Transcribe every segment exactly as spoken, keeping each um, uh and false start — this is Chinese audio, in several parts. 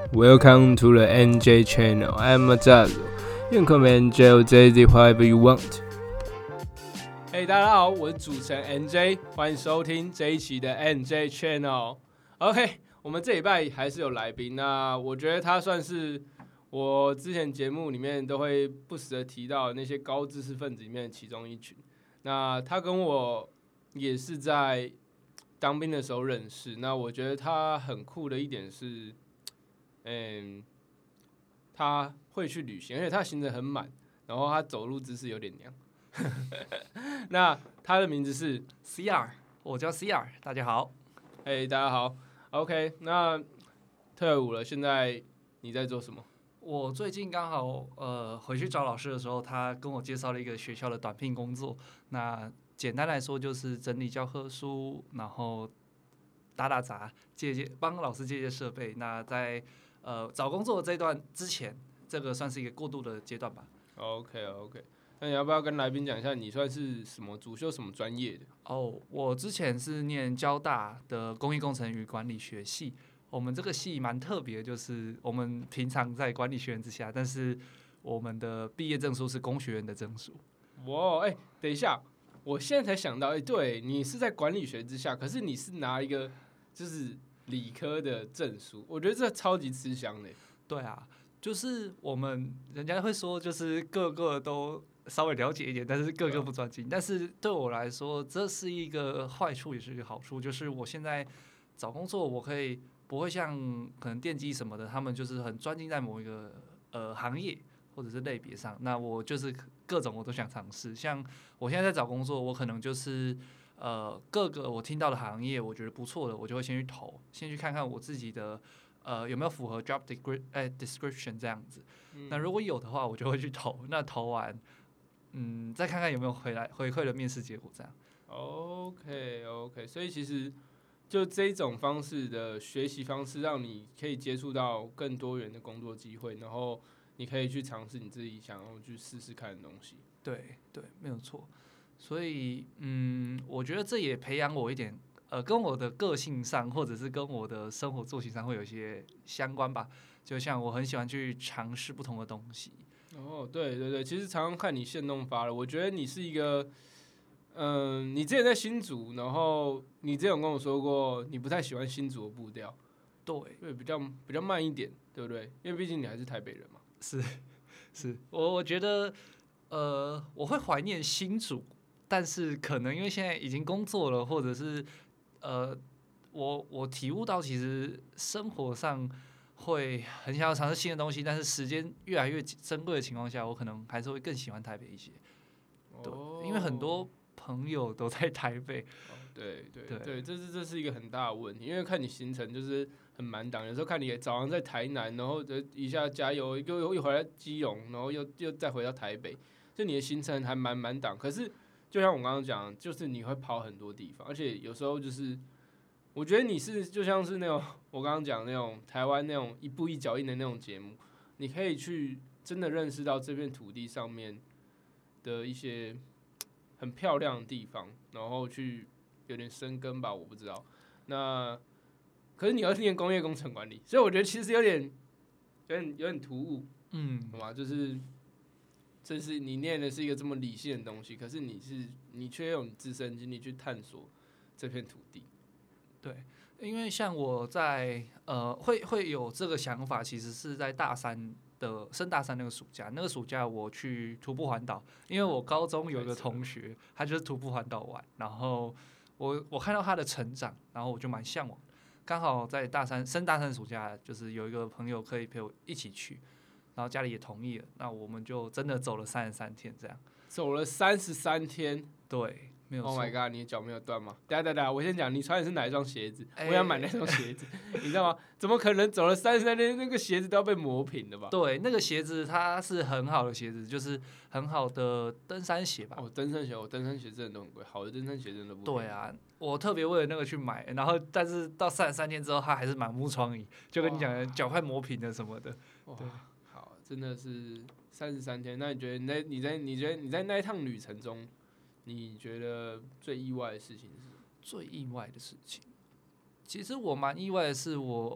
Welcome to the N J Channel. I'm Mazazo. You can call me N J or J Z, whatever you want. 嘿、hey, 大家好，我是主持人 N J， 欢迎收听这一期的 N J Channel。OK， 我们这礼拜还是有来宾，那我觉得他算是我之前节目里面都会不时的提到的那些高知识分子里面的其中一群。那他跟我也是在当兵的时候认识。那我觉得他很酷的一点是，嗯，他会去旅行，而且他行程很满，然后他走路姿势有点娘。那他的名字是 C R， 我叫 C R， 大家好。 哎、hey, 大家好。OK， 那退伍了，现在你在做什么？ 我最近刚好呃回去找老师的时候，他跟我介绍了一个学校的短聘工作。那简单来说就是整理教科书，然后打打杂，借借帮老师借借设备。那在呃找工作这一段之前，这个算是一个过渡的阶段吧。 OK OK， 那你要不要跟来宾讲一下，你算是什么主修什么专业的？ 哦， oh, 我之前是念交大的工艺工程与管理学系。我们这个系蛮特别，就是我们平常在管理学院之下，但是我们的毕业证书是工学院的证书。 哇，哎，等一下，我现在才想到，哎，对，你是在管理学之下，可是你是拿一个就是理科的证书，我觉得这超级吃香的。 对啊，就是我们人家会说，就是个个都稍微了解一点，但是个个不专精。但是对我来说，这是一个坏处，也是一个好处，就是我现在找工作，我可以。不会像可能电机什么的，他们就是很专精在某一个呃行业或者是类别上。那我就是各种我都想尝试。像我现在在找工作，我可能就是呃各个我听到的行业，我觉得不错的，我就会先去投，先去看看我自己的呃有没有符合 job description 这样子。嗯、那如果有的话，我就会去投。那投完，嗯，再看看有没有回来回馈的面试结果这样。 OK OK， 所以其实。就这种方式的学习方式，让你可以接触到更多元的工作机会，然后你可以去尝试你自己想要去试试看的东西。 对对，没有错。所以，嗯，我觉得这也培养我一点，呃，跟我的个性上，或者是跟我的生活作息上会有一些相关吧。就像我很喜欢去尝试不同的东西。 哦，对对对，其实常常看你限动发了，我觉得你是一个。嗯，你之前在新竹，然后你之前有跟我说过，你不太喜欢新竹的步调， 对， 对，比较比较慢一点，对不对？因为毕竟你还是台北人嘛。 是，是我我觉得，呃，我会怀念新竹，但是可能因为现在已经工作了，或者是呃，我我体悟到其实生活上会很想要尝试新的东西，但是时间越来越珍贵的情况下，我可能还是会更喜欢台北一些。对，哦、因为很多。朋友都在台北， 哦、对对 对, 对，这是这是一个很大的问题，因为看你行程就是很满档，有时候看你早上在台南，然后一下加油，又又回来基隆，然后又又再回到台北，就你的行程还蛮满档。可是就像我刚刚讲，就是你会跑很多地方，而且有时候就是我觉得你是就像是那种我刚刚讲那种台湾那种一步一脚印的那种节目，你可以去真的认识到这片土地上面的一些。很漂亮的地方，然后去有点生根吧，我不知道。那可是你要念工业工程管理，所以我觉得其实有点有点有点突兀，嗯，好吧？就是这是你念的是一个这么理性的东西，可是你是你却用你自身经历去探索这片土地。 对，因为像我在呃会会有这个想法，其实是在大三。的升大三那个暑假，那个暑假我去徒步环岛，因为我高中有一个同学，他就是徒步环岛玩，然后我我看到他的成长，然后我就蛮向往。刚好在大三升大三暑假，就是有一个朋友可以陪我一起去，然后家里也同意了，那我们就真的走了三十三天，这样。 走了三十三天， 对。没有 Oh my god！ 你的脚没有断吗？等下等下，我先讲，你穿的是哪一双鞋子？ 欸、 我想买那双鞋子，你知道吗？怎么可能走了三十三天，那个鞋子都要被磨平的吧？ 对，那个鞋子它是很好的鞋子，就是很好的登山鞋吧。 哦，登山鞋，哦，登山鞋真的都很贵，好的登山鞋真的不贵。 对啊，我特别为了那个去买，然后但是到三十三天之后，它还是满目疮痍，就跟你讲的脚快磨平了什么的。对， 好，真的是三十三天。那你觉得你在你在你觉得你在那一趟旅程中？你觉得最意外的事情是什么？ 最意外的事情，其实我蛮意外的是我，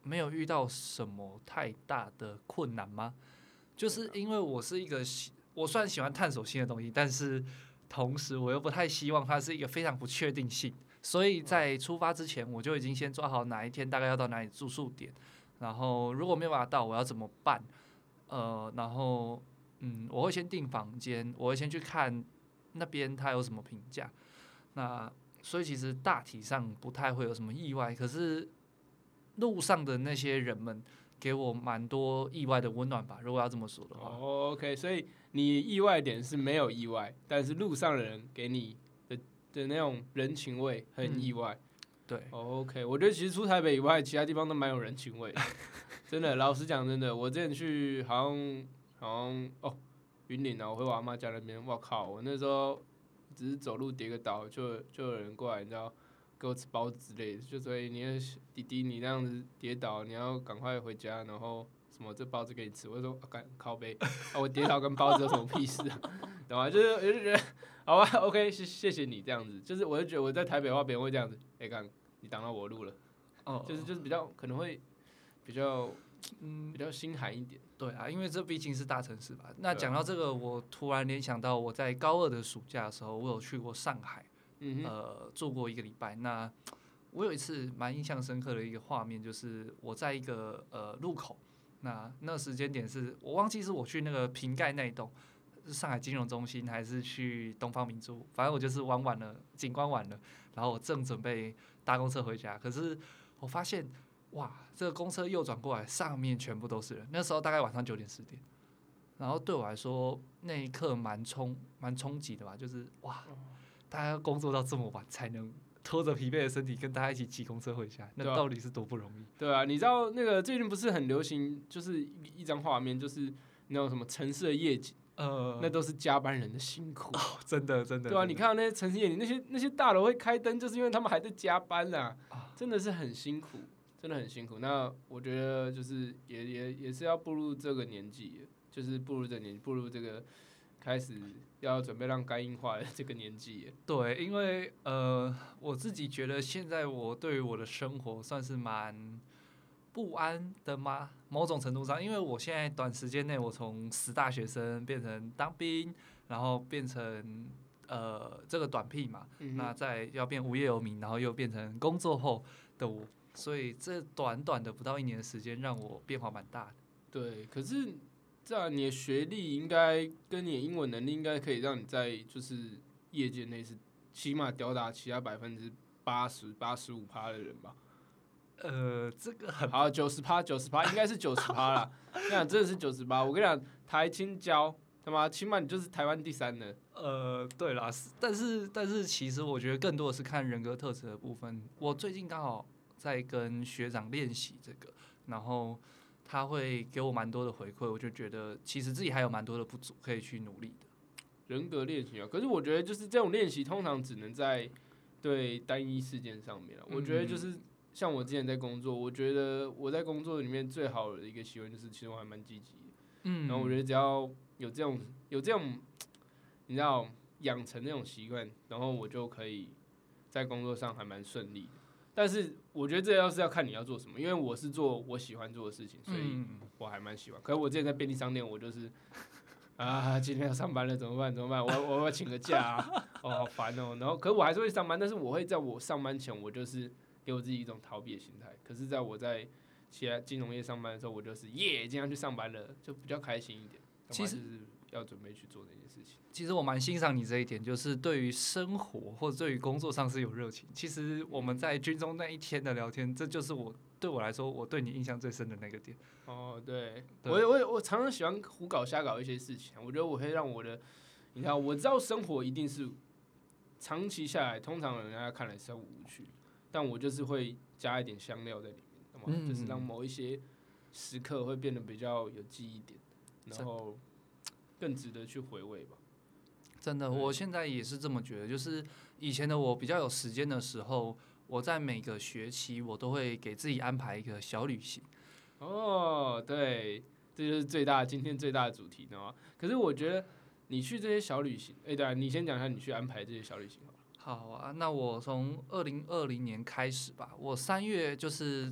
没有遇到什么太大的困难吗？就是因为我是一个我虽然喜欢探索新的东西，但是同时我又不太希望它是一个非常不确定性，所以在出发之前我就已经先抓好哪一天大概要到哪里住宿点，然后如果没有办法到我要怎么办，呃，然后嗯，我会先订房间，我会先去看那边它有什么评价，那所以其实大体上不太会有什么意外，可是路上的那些人们给我蛮多意外的温暖吧，如果要这么说的话。 哦 ，OK， 所以你意外点是没有意外，但是路上的人给你的的那种人情味很意外。嗯、 对、 哦、，OK， 我觉得其实除台北以外，其他地方都蛮有人情味的。真的，老实讲，真的，我之前去好像好像哦云林啊，我回我阿妈家那边，我靠，我那时候只是走路跌个倒，就就有人过来，你知道。给我吃包子之类的，就所以你的弟弟你那样子跌倒，你要赶快回家，然后什么这包子给你吃，我就说干、啊、靠背，啊我跌倒跟包子有什么屁事啊？懂吗？就是我就觉得好吧 ，OK， 谢谢谢你这样子，就是我就觉得我在台北的话，别人会这样子，哎、欸、干你挡到我路了，哦，就是就是比较可能会比较嗯比较心寒一点。 对啊，因为这毕竟是大城市吧。那讲到这个，我突然联想到我在高二的暑假的时候，我有去过上海。嗯、呃，住过一个礼拜。那我有一次蛮印象深刻的一个画面，就是我在一个呃路口，那那时间点是我忘记是我去那个瓶盖那一栋，是上海金融中心还是去东方明珠，反正我就是玩完了，景观完了，然后我正准备搭公车回家，可是我发现哇，这个公车右转过来，上面全部都是人。那时候大概晚上九点十点，然后对我来说那一刻蛮冲蛮冲击的吧，就是哇。大家要工作到这么晚才能拖着疲惫的身体跟大家一起挤公车回家，那到底是多不容易？ 对啊，你知道那个最近不是很流行，就是一张画面，就是那种什么城市的夜景，呃，那都是加班人的辛苦。 哦、真的真的。 对啊，你看到那些城市夜景，那些那些大楼会开灯，就是因为他们还在加班啊，真的是很辛苦，真的很辛苦。那我觉得就是也也也是要步入这个年纪，就是步入这年，步入这个。开始要准备让肝硬化的这个年纪， 对，因为呃，我自己觉得现在我对于我的生活算是蛮不安的吗？某种程度上，因为我现在短时间内我从死大学生变成当兵，然后变成呃这个短聘嘛，嗯、那再要变无业游民，然后又变成工作后的我，所以这短短的不到一年的时间让我变化蛮大的。 对，可是。这样你的学历应该跟你的英文能力应该可以让你在就是业界内是起码吊打其他百分之八十八十五趴的人吧？ 呃，这个很好，九十趴九十趴应该是九十趴啦。我讲真的是九十趴，我跟你讲，台清交他妈起码你就是台湾第三的。 呃，对啦，但是但是其实我觉得更多的是看人格特质的部分。我最近刚好在跟学长练习这个，然后。他会给我蛮多的回馈，我就觉得其实自己还有蛮多的不足可以去努力的。 人格练习啊，可是我觉得就是这种练习通常只能在对单一事件上面啊。嗯、我觉得就是像我之前在工作，我觉得我在工作里面最好的一个习惯就是，其实我还蛮积极的。嗯，然后我觉得只要有这种有这种，你知道养成那种习惯，然后我就可以在工作上还蛮顺利的。但是我觉得这要是要看你要做什么，因为我是做我喜欢做的事情，所以我还蛮喜欢。可是我之前在便利商店，我就是啊，今天要上班了怎么办？怎么办？我我要请个假啊，哦，好烦哦。然后，可是我还是会上班，但是我会在我上班前，我就是给我自己一种逃避的心态。可是在我在其他金融业上班的时候，我就是耶，今天去上班了，就比较开心一点。其实就是要准备去做那件事情。 其实我蛮欣赏你这一点，就是对于生活或者对于工作上是有热情。其实我们在军中那一天的聊天，这就是我对我来说，我对你印象最深的那个点。 哦，对，对我我我常常喜欢胡搞瞎搞一些事情，我觉得我会让我的，你看，我知道生活一定是长期下来，通常人家看来是很无趣，但我就是会加一点香料在里面，嗯、就是让某一些时刻会变得比较有记忆点，然后更值得去回味吧。 真的，我现在也是这么觉得。就是以前的我比较有时间的时候，我在每个学期我都会给自己安排一个小旅行。 哦，对，这就是最大今天最大的主题，知道吗？可是我觉得你去这些小旅行，哎、欸，对啊，你先讲一下你去安排这些小旅行好了。 好啊，那我从二零二零年开始吧，我三月就是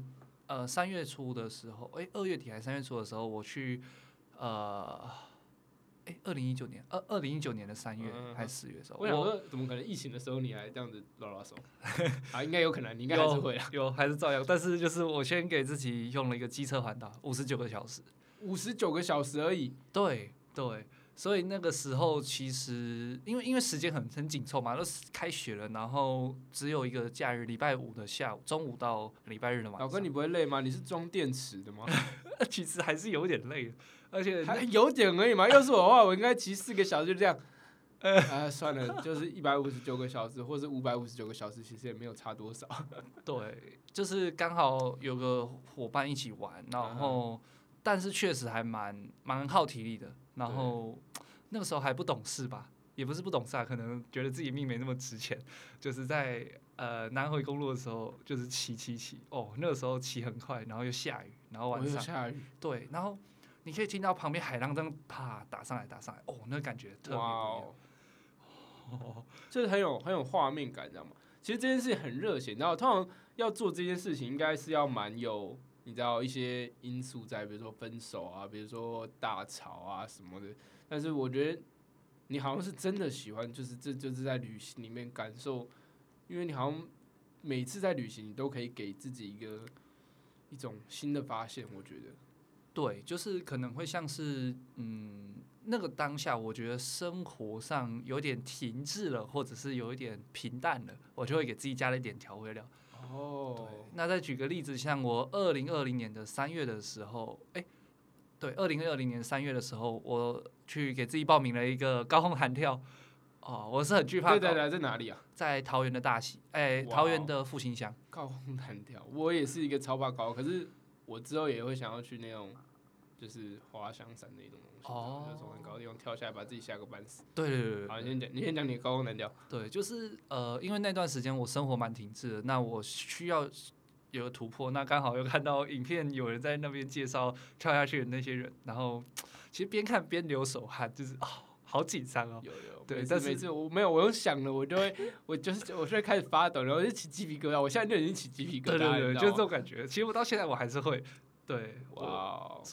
呃三月初的时候，哎、欸，二月底还是三月初的时候，我去呃。哎，二零一九年，二二零一九年的三月、嗯、还是四月的时候， 我想说，怎么可能疫情的时候你还这样子拉拉手？啊，应该有可能，你应该还是会啦， 有还是照样，但是就是我先给自己用了一个机车环岛，五十九个小时， 五十九个小时而已。 对对，所以那个时候其实因为因为时间很很紧凑嘛，都开学了，然后只有一个假日，礼拜五的下午，中午到礼拜日的晚上。 老哥，你不会累吗？你是装电池的吗？ 其实还是有点累的。而且还有点而已嘛，要是我的话，我应该骑四个小时就这样。呃、啊，算了，就是一百五十九个小时，或是五百五十九个小时，其实也没有差多少。 对，就是刚好有个伙伴一起玩，然后，嗯、但是确实还蛮蛮耗体力的。然后那个时候还不懂事吧，也不是不懂事啊，可能觉得自己命没那么值钱，就是在呃南回公路的时候，就是骑骑骑，哦，那个时候骑很快，然后又下雨，然后晚上下雨， 对，然后。你可以听到旁边海浪这样啪打上来打上来，哦，那个感觉特别不一样， 哦，就是很有很有画面感，你知道吗？其实这件事情很热血，然后通常要做这件事情，应该是要蛮有你知道一些因素在，比如说分手啊，比如说大吵啊什么的。但是我觉得你好像是真的喜欢，就是这就是在旅行里面感受，因为你好像每次在旅行，你都可以给自己一个一种新的发现，我觉得。 对，就是可能会像是，嗯，那个当下，我觉得生活上有点停滞了，或者是有一点平淡了，我就会给自己加了一点调味料。 哦， 对，那再举个例子，像我二零二零年的三月的时候，哎、欸，对，二零二零年三月的时候，我去给自己报名了一个高空弹跳。哦，我是很惧怕。 对对对，在哪里啊？ 在桃园的大溪，哎、欸，桃园的复兴乡。 高空弹跳，我也是一个超怕高，可是。我之后也会想要去那种，就是滑翔伞那种东西，哦、就从很高的地方跳下来，把自己吓个半死。 对对对对。 好，你先讲，你先讲你的高空弹跳。 对，就是呃，因为那段时间我生活蛮停滞的，那我需要有个突破，那刚好又看到影片有人在那边介绍跳下去的那些人，然后其实边看边流手汗，就是啊、哦，好紧张哦。 有有。 对， 但是每次我没有，我用想了，我就会，我就是我就会开始发抖，然后就起鸡皮疙瘩。我现在就已经起鸡皮疙瘩了。 对对对，就是这种感觉。其实我到现在我还是会，对， 哇、wow ，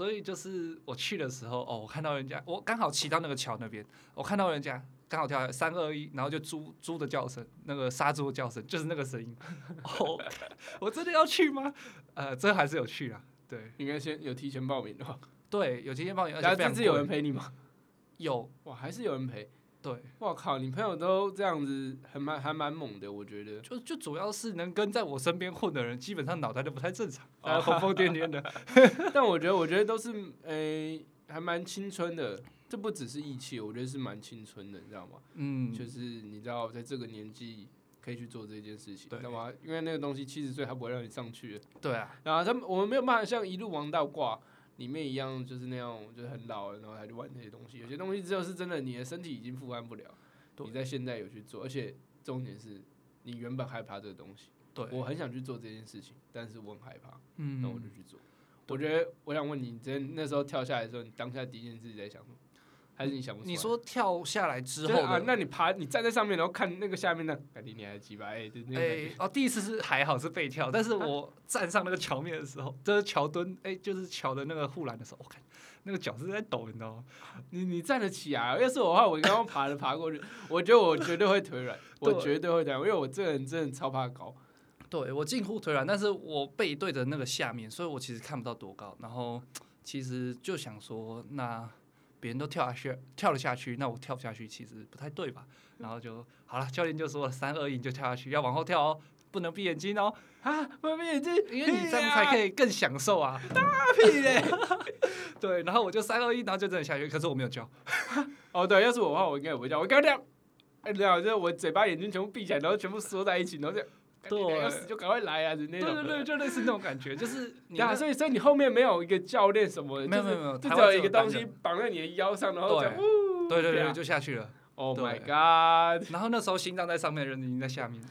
所以就是我去的时候，哦，我看到人家，我刚好骑到那个桥那边，我看到人家刚好跳下来三二一，然后就猪猪的叫声，那个杀猪的叫声，就是那个声音。哦，我真的要去吗？呃，最后还是有去啦。对， 应该先有提前报名的话。 对，有提前报名，而且这次有人陪你吗？ 有， 哇，还是有人陪。 对， 哇靠！你朋友都这样子，还蛮还蛮猛的，我觉得。 就就主要是能跟在我身边混的人，基本上脑袋都不太正常，大家疯疯癫癫的。 但我觉得，我觉得都是诶、欸，还蛮青春的。这不只是义气，我觉得是蛮青春的，你知道吗？嗯，就是你知道，在这个年纪可以去做这件事情，知道吗？因为那个东西七十岁他不会让你上去的。 对啊。 然后他们我们没有办法像一路王道挂。里面一样就是那种就是很老了，然后还去玩这些东西。有些东西只有是真的，你的身体已经负担不了，你在现在有去做，而且重点是你原本害怕这个东西。对，我很想去做这件事情，但是我很害怕，嗯，那我就去做。我觉得我想问你，你那时候跳下来的时候，你当下第一件事在想什么？还是你想不出来？ 你说跳下来之后的、 啊，那你爬，你站在上面，然后看那个下面的，感觉你还鸡巴哎，对那个哎，哦，第一次是还好是背跳，但是我站上那个桥面的时候，就是桥墩，哎，就是桥的那个护栏的时候，我看那个脚是在抖，你知道吗？ 你你站得起来？要是我的话，我刚刚爬了爬过去，我觉得我绝对会腿软，我绝对会腿软，因为我这个人真的超怕高。 对，我近乎腿软，但是我背对着那个下面，所以我其实看不到多高。然后其实就想说，那别人都跳下去，跳了下去，那我跳不下去，其实不太对吧？然后就好了，教练就说三二一你就跳下去，要往后跳哦，不能闭眼睛哦。 啊，不能闭眼睛， 因为你这样才可以更享受啊。 大屁嘞！ 对，然后我就三二一，然后就真的下去，可是我没有叫。 哦，对，要是我的话，我应该也不会叫，我刚刚这样，哎，这样就是我嘴巴眼睛全部闭起来，然后全部缩在一起，然后这样。对，要死就赶快来啊！那种。 对对对，就类似那种感觉，就是你。啊，所以所以你后面没有一个教练什么的， 没有没有没有， 就只有一个东西绑在你的腰上，然后这样， 对对对，就下去了。 Oh my god！ 然后那时候心脏在上面，人已经在下面。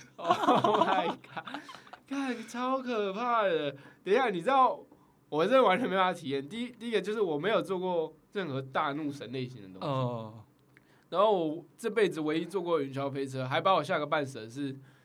Oh my god！ 看超可怕的。等一下，你知道我真的完全没办法体验。第一第一个就是我没有做过任何大怒神类型的东西。哦。然后我这辈子唯一坐过云霄飞车，还把我吓个半死的是。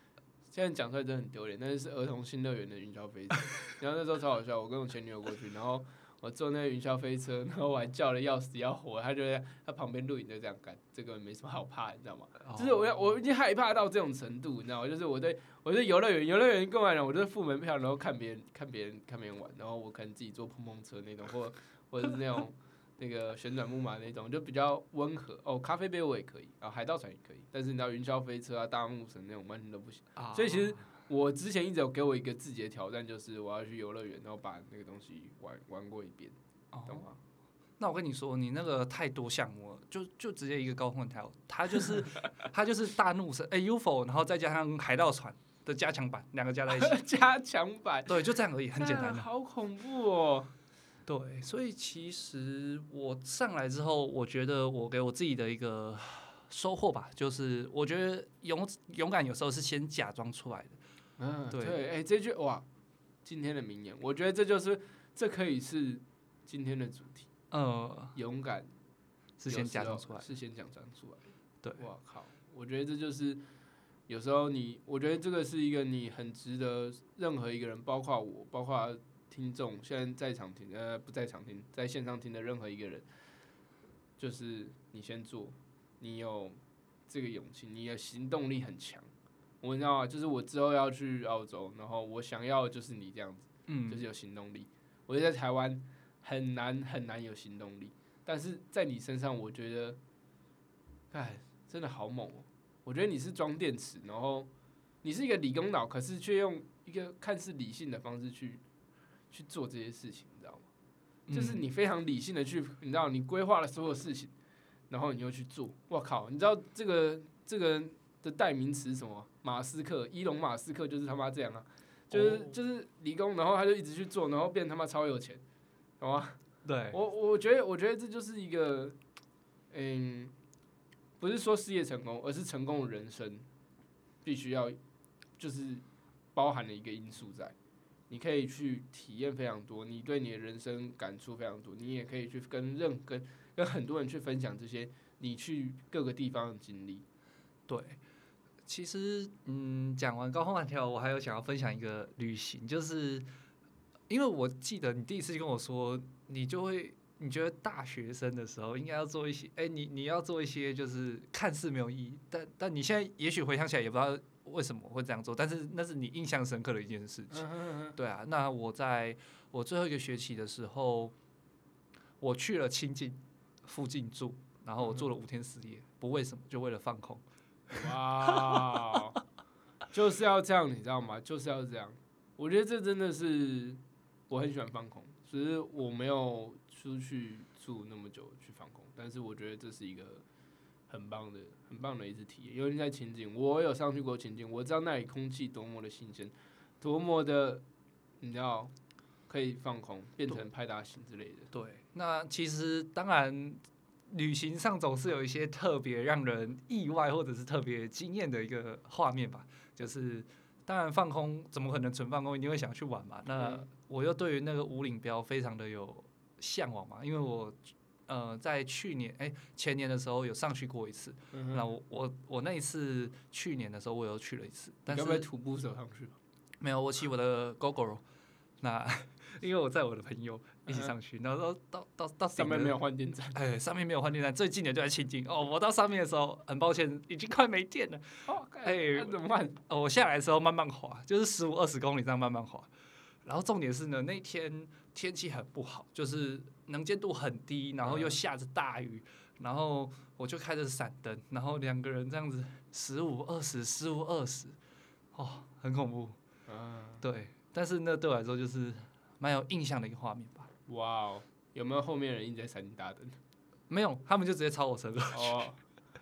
现在讲出来真的很丢脸，但是是儿童新乐园的云霄飞车。然后那时候超好笑，我跟我前女友过去，然后我坐那个云霄飞车，然后我还叫了要死要活，他就在他旁边录影就这样干，这个没什么好怕，你知道吗？哦、就是我我已经害怕到这种程度，你知道吗？就是我对我对游乐园，游乐园跟我来讲，我就是付门票，然后看别人看别人看别人玩，然后我可能自己坐碰碰车那种，或或者是那种那个旋转木马那种，就比较温和。哦，咖啡杯我也可以，啊，海盗船也可以，但是你知道云霄飞车啊、大木神那种完全都不行。哦、所以其实。我之前一直有给我一个自己的挑战，就是我要去游乐园，然后把那个东西玩玩过一遍，懂吗？ 那我跟你说，你那个太多项目了，就就直接一个高空跳，它就是它就是大怒神哎、欸、U F O， 然后再加上海盗船的加强版，两个加在一起。 加强版， 对，就这样而已，很简单的。 好恐怖哦！ 对，所以其实我上来之后，我觉得我给我自己的一个收获吧，就是我觉得勇勇敢有时候是先假装出来的。 嗯，对，哎、欸，这句哇，今天的名言，我觉得这就是这可以是今天的主题。呃，勇敢是先假装出来， 是先假装出来。 对， 哇靠，我觉得这就是有时候你，我觉得这个是一个你很值得任何一个人，包括我，包括听众，现在在场听，呃，不在场听，在线上听的任何一个人，就是你先做，你有这个勇气，你的行动力很强。我知道啊，就是我之后要去澳洲，然后我想要的就是你这样子，嗯、就是有行动力。我觉得在台湾很难很难有行动力，但是在你身上，我觉得，哎，真的好猛哦！我觉得你是装电池，然后你是一个理工脑，可是却用一个看似理性的方式去去做这些事情，你知道吗？嗯、就是你非常理性的去，你知道，你规划了所有事情，然后你又去做。我靠，你知道这个这个的代名词是什么？马斯克，伊隆马斯克就是他妈这样啊，就是、oh. 就是理工，然后他就一直去做，然后变他妈超有钱，懂吗？ 对， 我我觉得我觉得这就是一个，嗯，不是说事业成功，而是成功的人生必须要就是包含了一个因素在，你可以去体验非常多，你对你的人生感触非常多，你也可以去跟任跟跟很多人去分享这些你去各个地方的经历， 对。其实，嗯，讲完高空弹跳，我还有想要分享一个旅行，就是因为我记得你第一次跟我说，你就会你觉得大学生的时候应该要做一些，哎、欸，你你要做一些就是看似没有意义，但但你现在也许回想起来也不知道为什么会这样做，但是那是你印象深刻的一件事情。对啊，那我在我最后一个学期的时候，我去了清境附近住，然后我住了五天四夜，不为什么，就为了放空。 哇，就是要这样，你知道吗？就是要这样。我觉得这真的是我很喜欢放空，只是我没有出去住那么久去放空。但是我觉得这是一个很棒的、很棒的一次体验。尤其在清境，我有上去过清境，我知道那里空气多么的新鲜，多么的，你知道，可以放空，变成派大星之类的。 对，那其实当然。旅行上总是有一些特别让人意外或者是特别惊艳的一个画面吧，就是当然放空怎么可能纯放空，一定会想去玩嘛。那我又对于那个五岭标非常的有向往嘛，因为我呃在去年哎、欸、前年的时候有上去过一次，嗯、那我我我那一次去年的时候我又去了一次，但是你要不要徒步走上去？ 没有，我骑我的 GoGo， 那因为我载我的朋友。一起上去，然后到到到上面没有换电站， 哎，上面没有换电站，最近的就在清境。哦，我到上面的时候，很抱歉，已经快没电了。 哦，哎，怎么办？ 哦，我下来的时候慢慢滑，就是十五二十公里这样慢慢滑。然后重点是呢，那天天气很不好，就是能见度很低，然后又下着大雨，然后我就开着闪灯，然后两个人这样子十五二十，十五二十，哦，很恐怖。啊，对，但是那对我来说就是蛮有印象的一个画面吧。 哇哦，有没有后面人一直在闪你大灯？ 没有，他们就直接超我车过去。 哦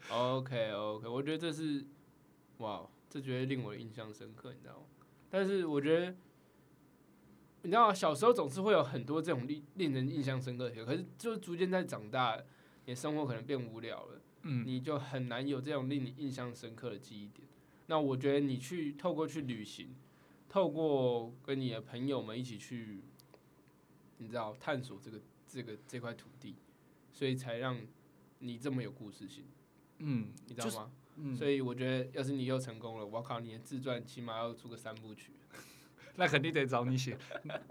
，OK OK， 我觉得这是，哇，这绝对令我印象深刻，你知道吗？但是我觉得，你知道，小时候总是会有很多这种令令人印象深刻的事，可是就逐渐在长大，你的生活可能变无聊了，嗯，你就很难有这种令你印象深刻的记忆点。那我觉得你去透过去旅行，透过跟你的朋友们一起去。你知道探索这个这个这块土地，所以才让你这么有故事性。嗯，你知道吗？ 嗯、所以我觉得要是你又成功了，我靠，你的自传起码要出个三部曲， 那肯定得找你写。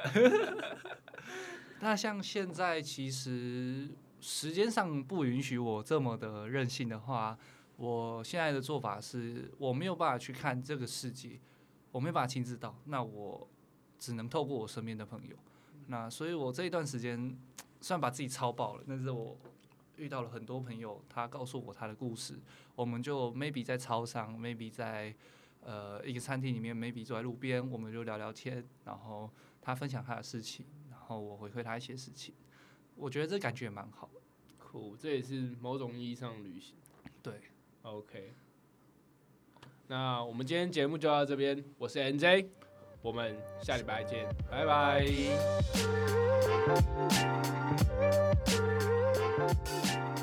那像现在其实时间上不允许我这么的任性的话，我现在的做法是我没有办法去看这个世界，我没有办法亲自到，那我只能透过我身边的朋友。那所以我这一段时间虽然把自己超爆了，但是我遇到了很多朋友，他告诉我他的故事，我们就 maybe 在超商 maybe 在呃一个餐厅里面 maybe 坐在路边，我们就聊聊天，然后他分享他的事情，然后我回馈他一些事情，我觉得这感觉也蛮好的。 酷，这也是某种意义上的旅行。 对 ，OK。那我们今天节目就到这边，我是 N J， 我们下礼拜见，拜拜。